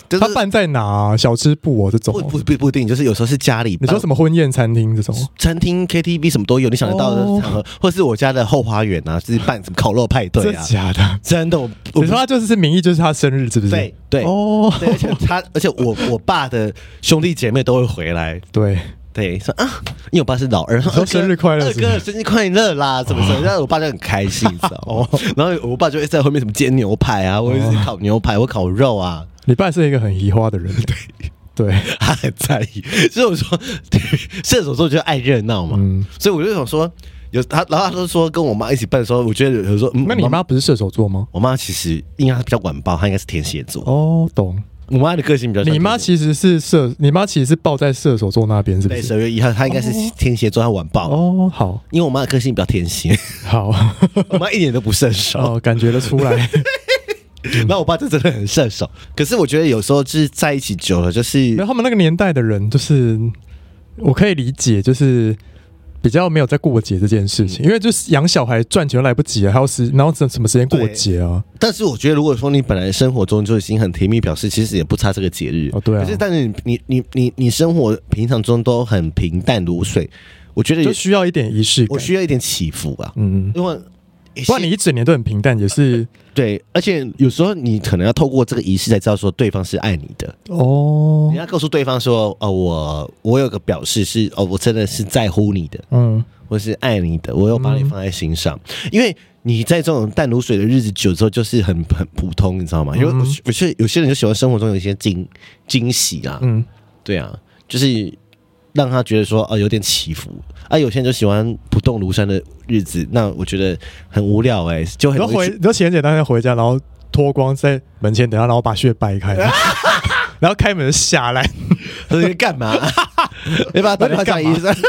就是他办在哪、啊？小吃部哦，这种不不不不一定，就是有时候是家里。 你说什么婚宴餐厅这种？ 餐厅 K T V 什么都有，你想得到的场合，哦、或是我家的后花园啊，就是办什么烤肉派对啊？ 真的假的？ 真的，我你说他就是名义就是他生日，是不是？ 对对哦，对，而且他而且我我爸的兄弟姐妹都会回来， 对。 对，说啊，因为我爸是老二， 说生日快乐， 二哥生日快乐啦，怎么怎么，然后我爸就很开心，你知道吗？然后我爸就会在后面什么煎牛排啊，或者是烤牛排或烤肉啊。 你爸是一个很移花的人， 对对， 他很在意。所以我说，射手座就爱热闹嘛，嗯、所以我就想说，有他，然后他就说跟我妈一起办的时候，我觉得有时候，嗯、 那你妈不是射手座吗？ 我妈其实应该比较晚爆，她应该是天蝎座。 哦，懂。 我妈的个性比较像， 你妈其实是射，你妈其实是抱在射手座那边，是不是？ 对，十二月一号，她应该是天蝎座，她晚爆。 哦，好， 因为我妈的个性比较天蝎。 好， 我妈一点都不射手， 哦，感觉得出来。 那我爸就真的很射手，可是我觉得有时候就是在一起久了，就是他们那个年代的人，就是我可以理解，就是比较没有在过节这件事情，嗯、因为就是养小孩赚钱都来不及啊，还有时然后什么时间过节啊？ 但是我觉得，如果说你本来生活中就已经很甜蜜，表示其实也不差这个节日哦，对啊。 可是但是你你你你你生活平常中都很平淡如水，我觉得就需要一点仪式感， 我需要一点起伏啊，嗯，因为不然你一整年都很平淡，也是对，而且有时候你可能要透过这个仪式才知道说对方是爱你的哦，你要告诉对方说哦，我我有个表示是哦，我真的是在乎你的，嗯，我是爱你的，我有把你放在心上，嗯、因为你在这种淡如水的日子久之后，就是很很普通，你知道吗？因为有些有些人就喜欢生活中有一些惊惊喜啊，嗯，对啊，就是让他觉得说哦有点起伏。啊，有些人就喜欢不动如山的日子，那我觉得很无聊哎、欸，就很回，你就情人节当天回家，然后脱光在门前等他，然后把血掰开，然后开门下来， 他在干嘛？你把他打电话叫医生。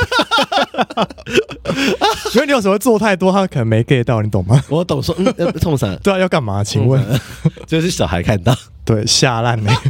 因为你有时候做太多，他可能没 get 到，你懂吗？ 我懂说，嗯，要冲啥？ 对啊，要干嘛？请问， 就是小孩看到， 对，吓烂嘞。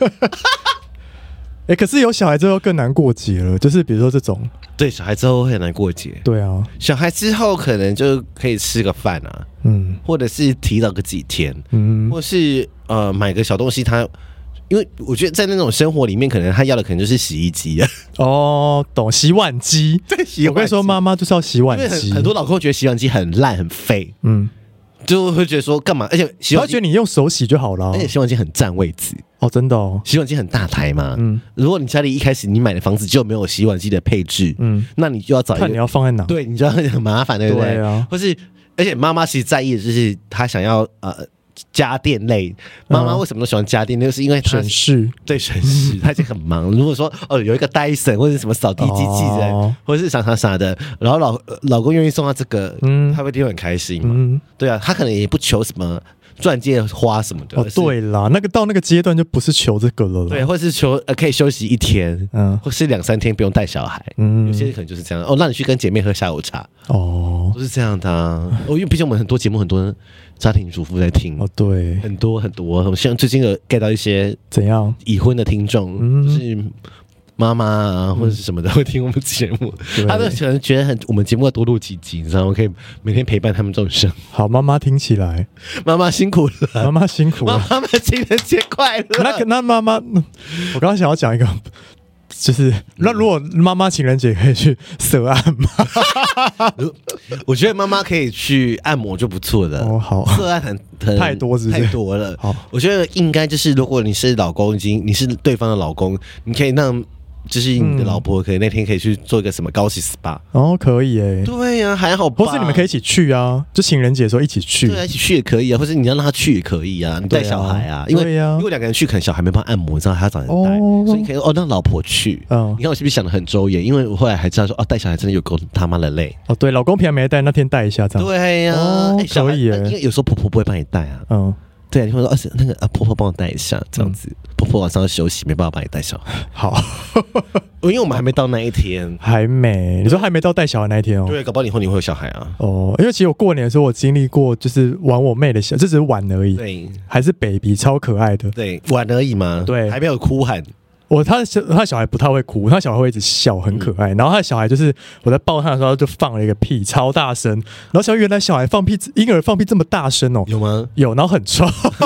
哎、欸，可是有小孩之后更难过节了，就是比如说这种， 对，小孩之后会很难过节。 对啊， 小孩之后可能就可以吃个饭啊，嗯，或者是提早个几天，嗯，或是呃买个小东西他，因为我觉得在那种生活里面，可能他要的可能就是洗衣机啊。 哦，懂，洗碗机。 对，洗碗机。 我跟你说，妈妈就是要洗碗机。 很, 很多老公觉得洗碗机很烂很废，嗯，就会觉得说干嘛？而且洗碗机， 他觉得你用手洗就好了、啊， 而且洗碗机很占位置。 哦，真的哦， 洗碗机很大台嘛，嗯，如果你家里一开始你买的房子就没有洗碗机的配置，嗯，那你就要找一个， 看你要放在哪， 对，你就要很麻烦，对不对？ 对啊， 或是，而且妈妈其实在意的就是她想要呃家电类，妈妈为什么都喜欢家电？就是因为她省事， 对，省事，她已经很忙。如果说哦有一个Dyson或者什么扫地机器人，哦、或者是啥啥啥的，然后老老公愿意送她这个，嗯，她会听很开心嘛，嗯，对啊，她可能也不求什么。钻戒花什么的哦，对啦，那个到那个阶段就不是求这个了啦， 对，或是求呃可以休息一天，嗯，或是两三天不用带小孩，嗯，有些人可能就是这样哦，那你去跟姐妹喝下午茶，哦，都是这样的、啊，哦，因为毕竟我们很多节目很多家庭主妇在听，哦，对，很多很多，像最近有 get 到一些怎样已婚的听众，嗯，就是妈妈啊或者是什么的、嗯、会听我们节目，他们可能觉得很我们节目要多录几集，你知道吗？可以每天陪伴他们众生。 好，妈妈听起来， 妈妈辛苦了， 妈妈辛苦了， 妈妈情人节快乐。 那那妈妈，我刚刚想要讲一个。就是那如果妈妈情人节可以去色按吗？ 我觉得妈妈可以去按摩就不错了。哦，好，色按很很太多是不是太多了。好，我觉得应该就是如果你是老公，已经你是对方的老公，你可以让。就是你的老婆可以那天可以去做一个什么高级 S P A 哦，可以哎， 对呀、啊，还好吧， 或是你们可以一起去啊，就情人节的时候一起去， 对啊，一起去也可以啊，或是你要让他去也可以啊，你带小孩啊，因为因为两个人去可能小孩没办法按摩，你知道他要找人带，哦、所以你可以哦让老婆去，嗯，你看我是不是想得很周延？因为我后来还知道说哦带小孩真的有够他妈的累哦，对，老公平常没带，那天带一下这样， 对呀、啊哦欸，可以哎， 因为有时候婆婆不会帮你带啊，嗯。对，你会说，而且那个啊，婆婆帮我带一下，这样子，嗯、婆婆晚上要休息，没办法帮你带小孩。 好， 因为我们还没到那一天， 还没。你说还没到带小孩那一天哦？ 对，搞不好以后你会有小孩啊。 哦，因为其实我过年的时候，我经历过，就是玩我妹的小，这只是玩而已。 对， 还是 baby， 超可爱的。 对，玩而已嘛。 对， 还没有哭喊。 我他的小他的小孩不太会哭，他小孩会一直笑，很可爱。嗯、然后他的小孩就是我在抱他的时候就放了一个屁，超大声。然后想原来小孩放屁，婴儿放屁这么大声哦？ 有吗？ 有，然后很臭。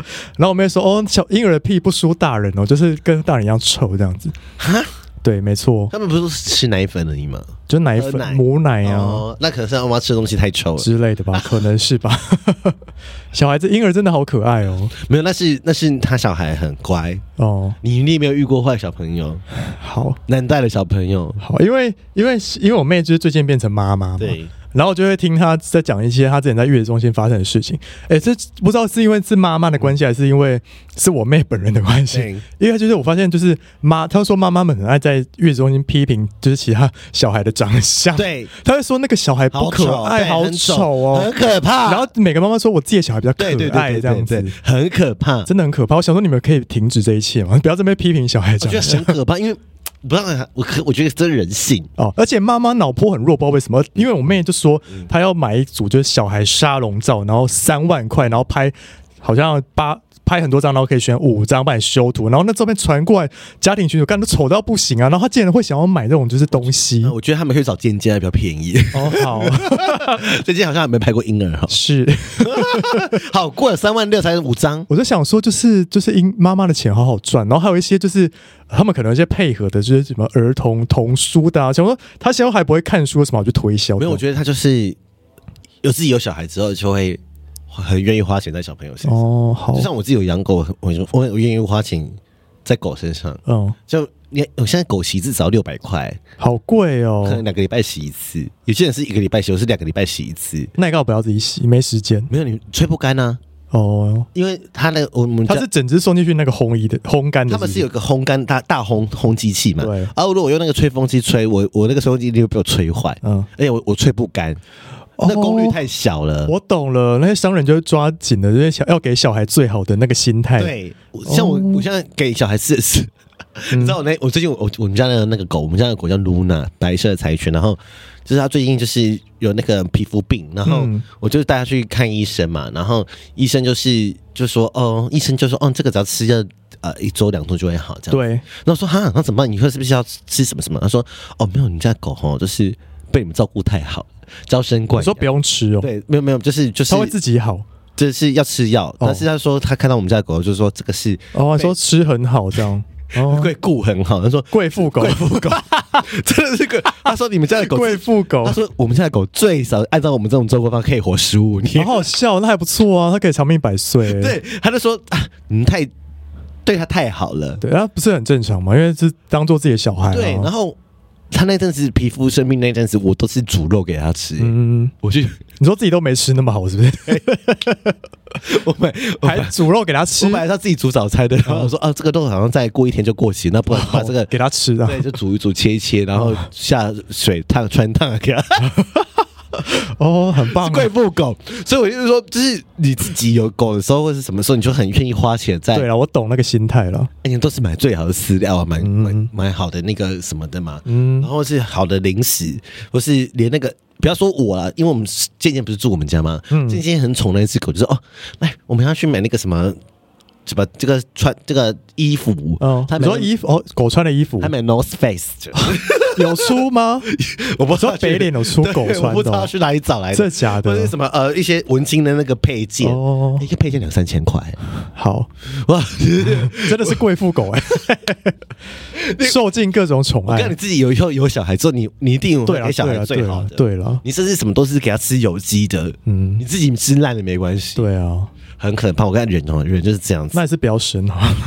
然后我妹说哦，小婴儿的屁不输大人哦，就是跟大人一样臭这样子。对，没错， 他们不是吃奶粉而已吗？ 就奶粉、奶母奶啊、 哦，那可能是妈妈吃的东西太臭了之类的吧，可能是吧。小孩子婴儿真的好可爱哦。 没有，那是那是他小孩很乖哦。你一定没有遇过坏小朋友， 好难带的小朋友。 好，因为因为因为我妹就是最近变成妈妈嘛，对。然后我就会听她在讲一些她之前在月子中心发生的事情。哎，这不知道是因为是妈妈的关系，还是因为是我妹本人的关系？因为就是我发现，就是妈，她说妈妈们很爱在月子中心批评，就是其他小孩的长相。 对， 她会说那个小孩不可爱，好丑哦， 很可怕。 然后每个妈妈说我自己的小孩比较可爱，这样子很可怕， 真的很可怕。我想说你们可以停止这一切吗？不要这边批评小孩长相， 我觉得很可怕，因为。不让我，我觉得这是人性哦。而且妈妈脑波很弱，不知道为什么。因为我妹就说她要买一组就是小孩沙龙照，然后三万块，然后拍好像八拍很多张，然后可以选五张帮你修图，然后那照片传过来，家庭群组干都丑到不行啊。然后她竟然会想要买这种就是东西， 我觉得他们可以找尖尖比较便宜。 哦，好， 最近好像还没拍过婴儿哈。 是， 好过了三万六才五张， 我就想说就是就是因妈妈的钱好好赚，然后还有一些就是。他们可能有一些配合的，就是什么儿童童书的啊，想说他现在还不会看书，为什么我去推销？ 没有，我觉得他就是有自己有小孩之后，就会很愿意花钱在小朋友身上。哦，好，就像我自己有养狗，我我我愿意花钱在狗身上。嗯，就你我现在狗洗至少六百块， 好贵哦， 可能两个礼拜洗一次。有些人是一个礼拜洗，我是两个礼拜洗一次。 那你干嘛不要自己洗？没时间。 没有，你吹不干啊。哦，因为他那个我们他是整只送进去那个烘衣的烘干的， 他们是有个烘干大大烘烘机器嘛。对，然后如果我用那个吹风机吹，我我那个吹风机就被我吹坏，嗯，而且我我吹不干，那功率太小了。 我懂了，那些商人就抓紧了，就是想要给小孩最好的那个心态。 对，像我我现在给小孩试试。你知道我那我最近我我们家的那个狗，我们家的狗叫 Luna， 白色的柴犬，然后就是它最近就是有那个皮肤病，然后我就带它去看医生嘛，然后医生就是就说哦，医生就说哦，这个只要吃了呃一周两周就会好这样。对，然后我说哈，那怎么办？你说是不是要吃什么什么？他说哦，没有，你家的狗吼就是被你们照顾太好，娇生惯养。 你说不用吃哦？ 对，没有没有，就是就是它会自己好。 就是要吃药，哦、但是他说他看到我们家的狗，就是说这个是哦，说吃很好这样。 哦，贵顾很好，他说贵妇狗， 贵妇狗真的是个。他说你们家的狗贵妇狗， 他说我们家的狗最少按照我们这种周国方可以活十五年， 好好笑，那还不错啊，它可以长命百岁。 对，他就说啊，你们太对他太好了， 对啊，不是很正常嘛，因为是当做自己的小孩、啊。 对，然后他那阵子皮肤生病那阵子，我都是煮肉给他吃。嗯，我去， 你说自己都没吃那么好，是不是？ 我买还煮肉给他吃， 我本来他自己煮早餐的，然后我说啊，这个肉好像再过一天就过期，那不然把这个、 哦、给他吃啊， 对，就煮一煮，切一切，然后下水烫穿烫给他。 哦，很棒、啊， 贵妇狗，所以我就是说，就是你自己有狗的时候，或是什么时候，你就很愿意花钱在。 对了，我懂那个心态了。 而且都是买最好的饲料啊，买买买好的那个什么的嘛，嗯，然后是好的零食，或是连那个。不要说我啦，因为我们渐渐不是住我们家吗？嗯，渐渐很宠那只狗，就说哦，来，我们要去买那个什么。什么？这个穿这个衣服， 哦，他你说衣服哦，狗穿的衣服， 他买 North Face， 有出吗？ 我不知道北脸有出狗穿的、哦， 我不知道去哪里找来的， 这假的？ 或者什么呃一些文青的那个配件，哦，一个配件两三千块， 好哇，真的是贵妇狗哎、欸，受尽各种宠爱。 我看你自己有以后有小孩之后，你你一定会给小孩最好的， 对了， 你甚至什么都是给他吃有机的，嗯，你自己吃烂了没关系， 对啊。 很可怕，我看人哦，人就是这样子。 那还是不要生好了，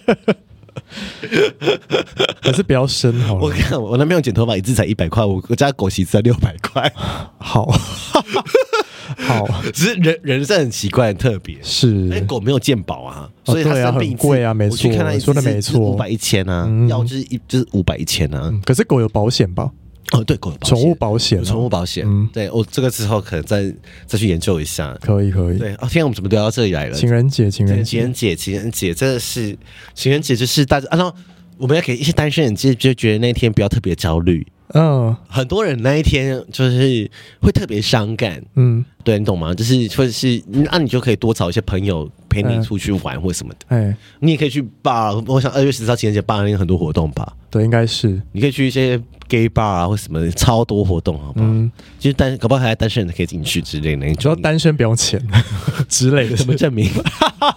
还是不要生好了。 我看我男朋友剪头发一次才一百块，我我家狗洗一次才六百块。 好，好， 只是人人是很奇怪、很特别。 是， 因为狗没有健保啊，所以它生病贵啊，没错。 我去看它， 说的没错， 五百一千啊，药就是一就是五百一千啊。 可是狗有保险吧？ 哦，对，狗有保险， 宠物保险、啊， 宠物保险。嗯，对我这个之后可能再再去研究一下。 可以，可以。 对，哦，天啊，我们怎么聊到这里来了？ 情人节，情人节， 情人节，情人节，真的是情人节，就是大家，然后我们要给一些单身人，就就觉得那一天不要特别焦虑。嗯，很多人那一天就是会特别伤感。嗯，对你懂吗？就是或者是那、啊、你就可以多找一些朋友陪你出去玩或什么的。哎，你也可以去 bar， 我想二月十四号情人节 bar 那有很多活动吧？ 对，应该是你可以去一些 gay bar 啊或什么的，超多活动，好不好？嗯，其实单搞不好还单身人可以进去之类的， 主要单身不用钱之类的， 什么证明？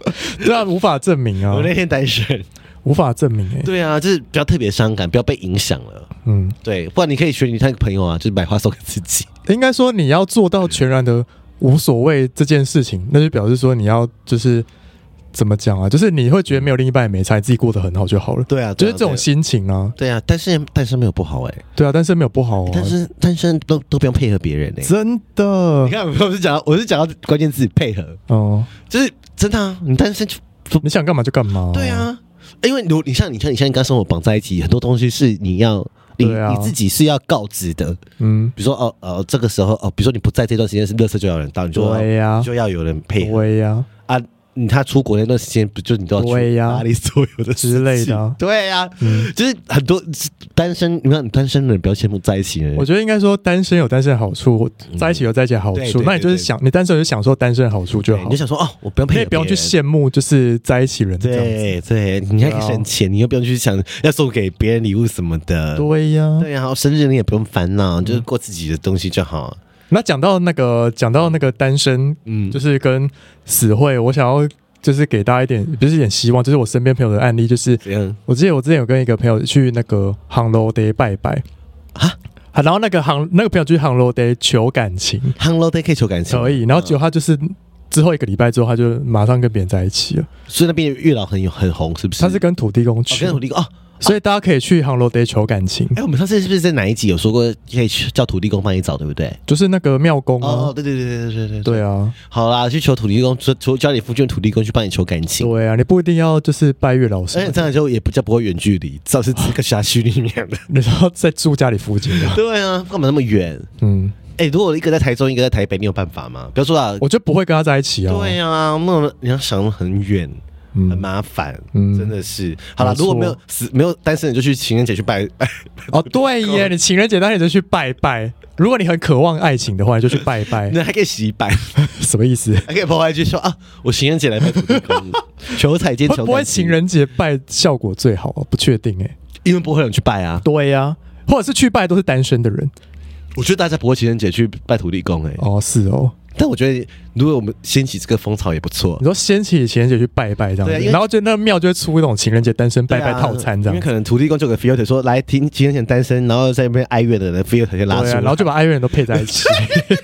对啊，无法证明啊。 我那天单身。 无法证明哎、欸， 对啊，就是不要特别伤感，不要被影响了。嗯，对，不然你可以学你那个朋友啊，就是买花送给自己。 应该说你要做到全然的无所谓这件事情，那就表示说你要就是怎么讲啊？就是你会觉得没有另一半也没差，你自己过得很好就好了。 对啊， 就是这种心情啊。 对啊，但是单身没有不好哎、欸。 对啊，单身没有不好啊。 但是单身都都不用配合别人哎、欸， 真的。 你看，我是讲我是讲到关键字配合哦，就是真的啊，你单身就你想干嘛就干嘛、啊。 对啊。因为如你像你像你像你跟生活绑在一起，很多东西是你要你、啊、你自己是要告知的，嗯，比如说哦哦这个时候哦，比如说你不在这段时间是垃圾就要有人到，你就对呀、啊， 就要有人配合， 对呀啊。 啊你他出国那段时间，不就你都要去打理所有的之类的、啊？ 对呀、啊嗯，就是很多单身，你看单身的人不要羡慕在一起的人。 我觉得应该说单身有单身的好处，在一起有在一起的好处。嗯、那你就是想，你单身就享受单身的好处就好。 你就想说哦，我不用配合别人， 你也不用去羡慕，就是在一起人这样子。 对对，你还可以省钱，你又不用去想要送给别人礼物什么的。 对呀、啊， 对呀、啊，生日你也不用烦恼，就是过自己的东西就好。 那讲到那个，讲到那个单身，嗯，就是跟死会，我想要。就是给大家一点，不是一点希望，就是我身边朋友的案例，就是我之前我之前有跟一个朋友去那个杭楼 day 拜拜啊，然后那个杭那个朋友去杭楼 day 求感情， 杭楼 day 可以求感情， 可以，然后结果他就是之后一个礼拜之后，他就马上跟别人在一起了， 所以那边月老很有很红，是不是？ 他是跟土地公去， 哦、跟土地公哦。 所以大家可以去杭楼 day 求感情。 哎、欸，我们上次是不是在哪一集有说过可以去叫土地公帮你找，对不对？ 就是那个庙公啊。 哦，对对对对对对对啊！ 好啦，去求土地公，求家里附近土地公去帮你求感情。 对啊，你不一定要就是拜月老师， 而且这样就也不叫不会远距离，至少是这个辖区里面的。 你说在住家里附近的？ 对啊，干嘛那么远？嗯。哎、欸，如果一个在台中，一个在台北，你有办法吗？比如说啊， 我就不会跟他在一起啊。 对啊，那你要想很远。嗯、很麻烦，嗯，真的是。好了，如果没有死没有单身人，就去情人节去拜拜。 哦，对耶，你情人节当天就去拜拜。如果你很渴望爱情的话，你就去拜拜。 那还可以洗白， 什么意思？ 还可以破坏一句说啊，我情人节来拜土地公，求彩金，求不会情人节拜效果最好、啊？不确定哎， 因为不会有人去拜啊。 对呀、啊，或者是去拜都是单身的人。 我觉得大家不会情人节去拜土地公哎。 哦，是哦。 但我觉得，如果我们掀起这个风潮也不错。 你说掀起情人节去拜拜这样子， 对， 然后就那个庙就会出一种情人节单身拜拜套餐这样、啊。 因为可能土地公就有个 filter 说，来听情人节单身，然后在那边哀怨的人 filter 就拉出来、 啊，然后就把哀怨人都配在一起，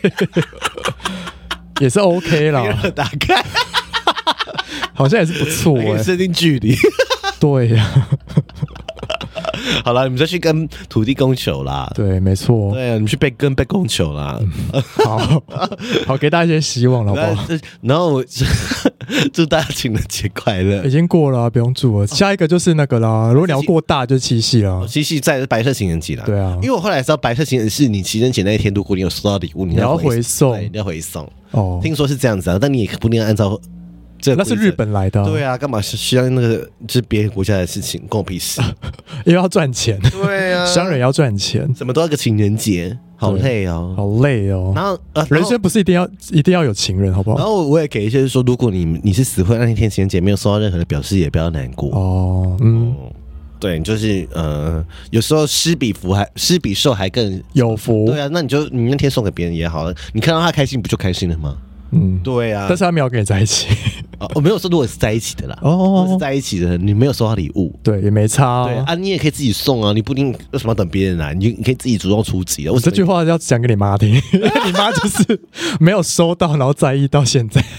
也是 OK 啦。 打开， 好像也是不错哎、欸， 设定距离。对呀、啊。 好了，你们就去跟土地公求啦。 对，没错。 对啊，你们去被跟被公求啦。 嗯、好好，给大家一些希望了，好不好？ 然后我祝大家情人节快乐。 已经过了、啊，不用祝了。下一个就是那个啦。如果你要过大，就是七夕啦。 七夕在白色情人节啦。 对啊， 因为我后来知道白色情人是你情人节那一天，如果你有收到礼物，你要回送， 你要回送。哦，听说是这样子啊，但你也不一定要按照。这那是日本来的、啊， 对啊，干嘛是需要那个就是别人国家的事情，关我屁事， 因为要赚钱， 对啊， 商人要赚钱， 怎么都要个情人节，好累哦， 好累哦。 然后、呃、 人生不是一定要一定要有情人，好不好？ 然后我也给一些说，如果你你是死会那天情人节没有收到任何的表示，也不要难过哦。嗯，对，就是呃，有时候施比福还施比受还更有福， 对啊，那你就你那天送给别人也好了，你看到他开心，不就开心了吗？嗯，对啊， 但是他没有跟你在一起。 哦，我没有说如果是在一起的啦，哦，是在一起的，你没有收到礼物， 对，也没差、啊， 对啊，你也可以自己送啊，你不一定为什么要等别人来，你你可以自己主动出击啊。 我这句话要讲给你妈听，因为你妈就是没有收到，然后在意到现在，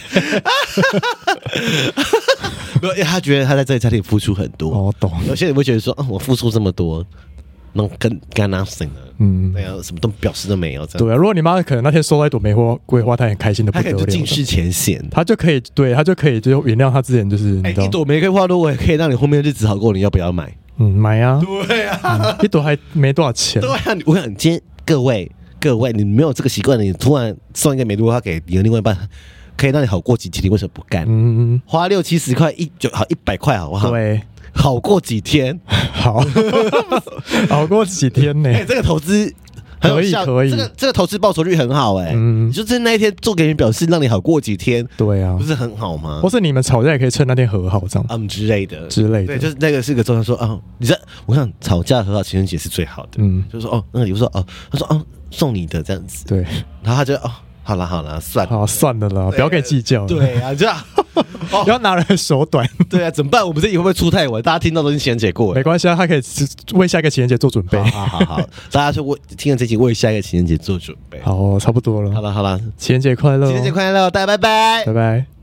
因为他觉得他在这个家庭付出很多， 哦，懂。 有些人会觉得说，啊，我付出这么多。能跟跟 nothing 了，嗯，对啊，什么都表示都没有，这样。 对啊，如果你妈可能那天收到一朵梅花桂花，她很开心的不得了， 她可以就尽释前嫌， 她就可以，对，她就可以就原谅她之前就是， 哎、欸，一朵玫瑰花如果可以让你后面日子好过，你要不要买？ 嗯，买啊， 对啊， 嗯、一朵还没多少钱， 对啊，我想今天各位各位，你没有这个习惯，你突然送一个玫瑰花给你的另外一半。可以让你好过几天，你为什么不干？嗯，花六七十块，一就好一百块，好不好？ 对， 好过几天， 好，好过几天呢、欸？ 哎、欸，这个投资可以，可以， 这个这个投资报酬率很好、欸，哎，嗯，你就在那一天做给你表示，让你好过几天， 对啊， 不是很好吗？ 或是你们吵架也可以趁那天和好，这样， 嗯之类的， 之类的， 对，就是那个是个重要说啊，你这我想吵架和好情人节是最好的，嗯，就是说哦，那个比如说哦，他说哦送你的这样子， 对， 然后他就哦。好了好了，算了， 好算了啦，不要跟你计较。 对啊，这样要拿人手短。 对啊，怎么办？我们这集会不会出太晚？大家听到都是情人节过了， 没关系啊，他可以为下一个情人节做准备。 好好好，大家就为听了这集为下一个情人节做准备。 好，差不多了。 好了好了， 情人节快乐， 情人节快乐，大家拜拜， 拜拜。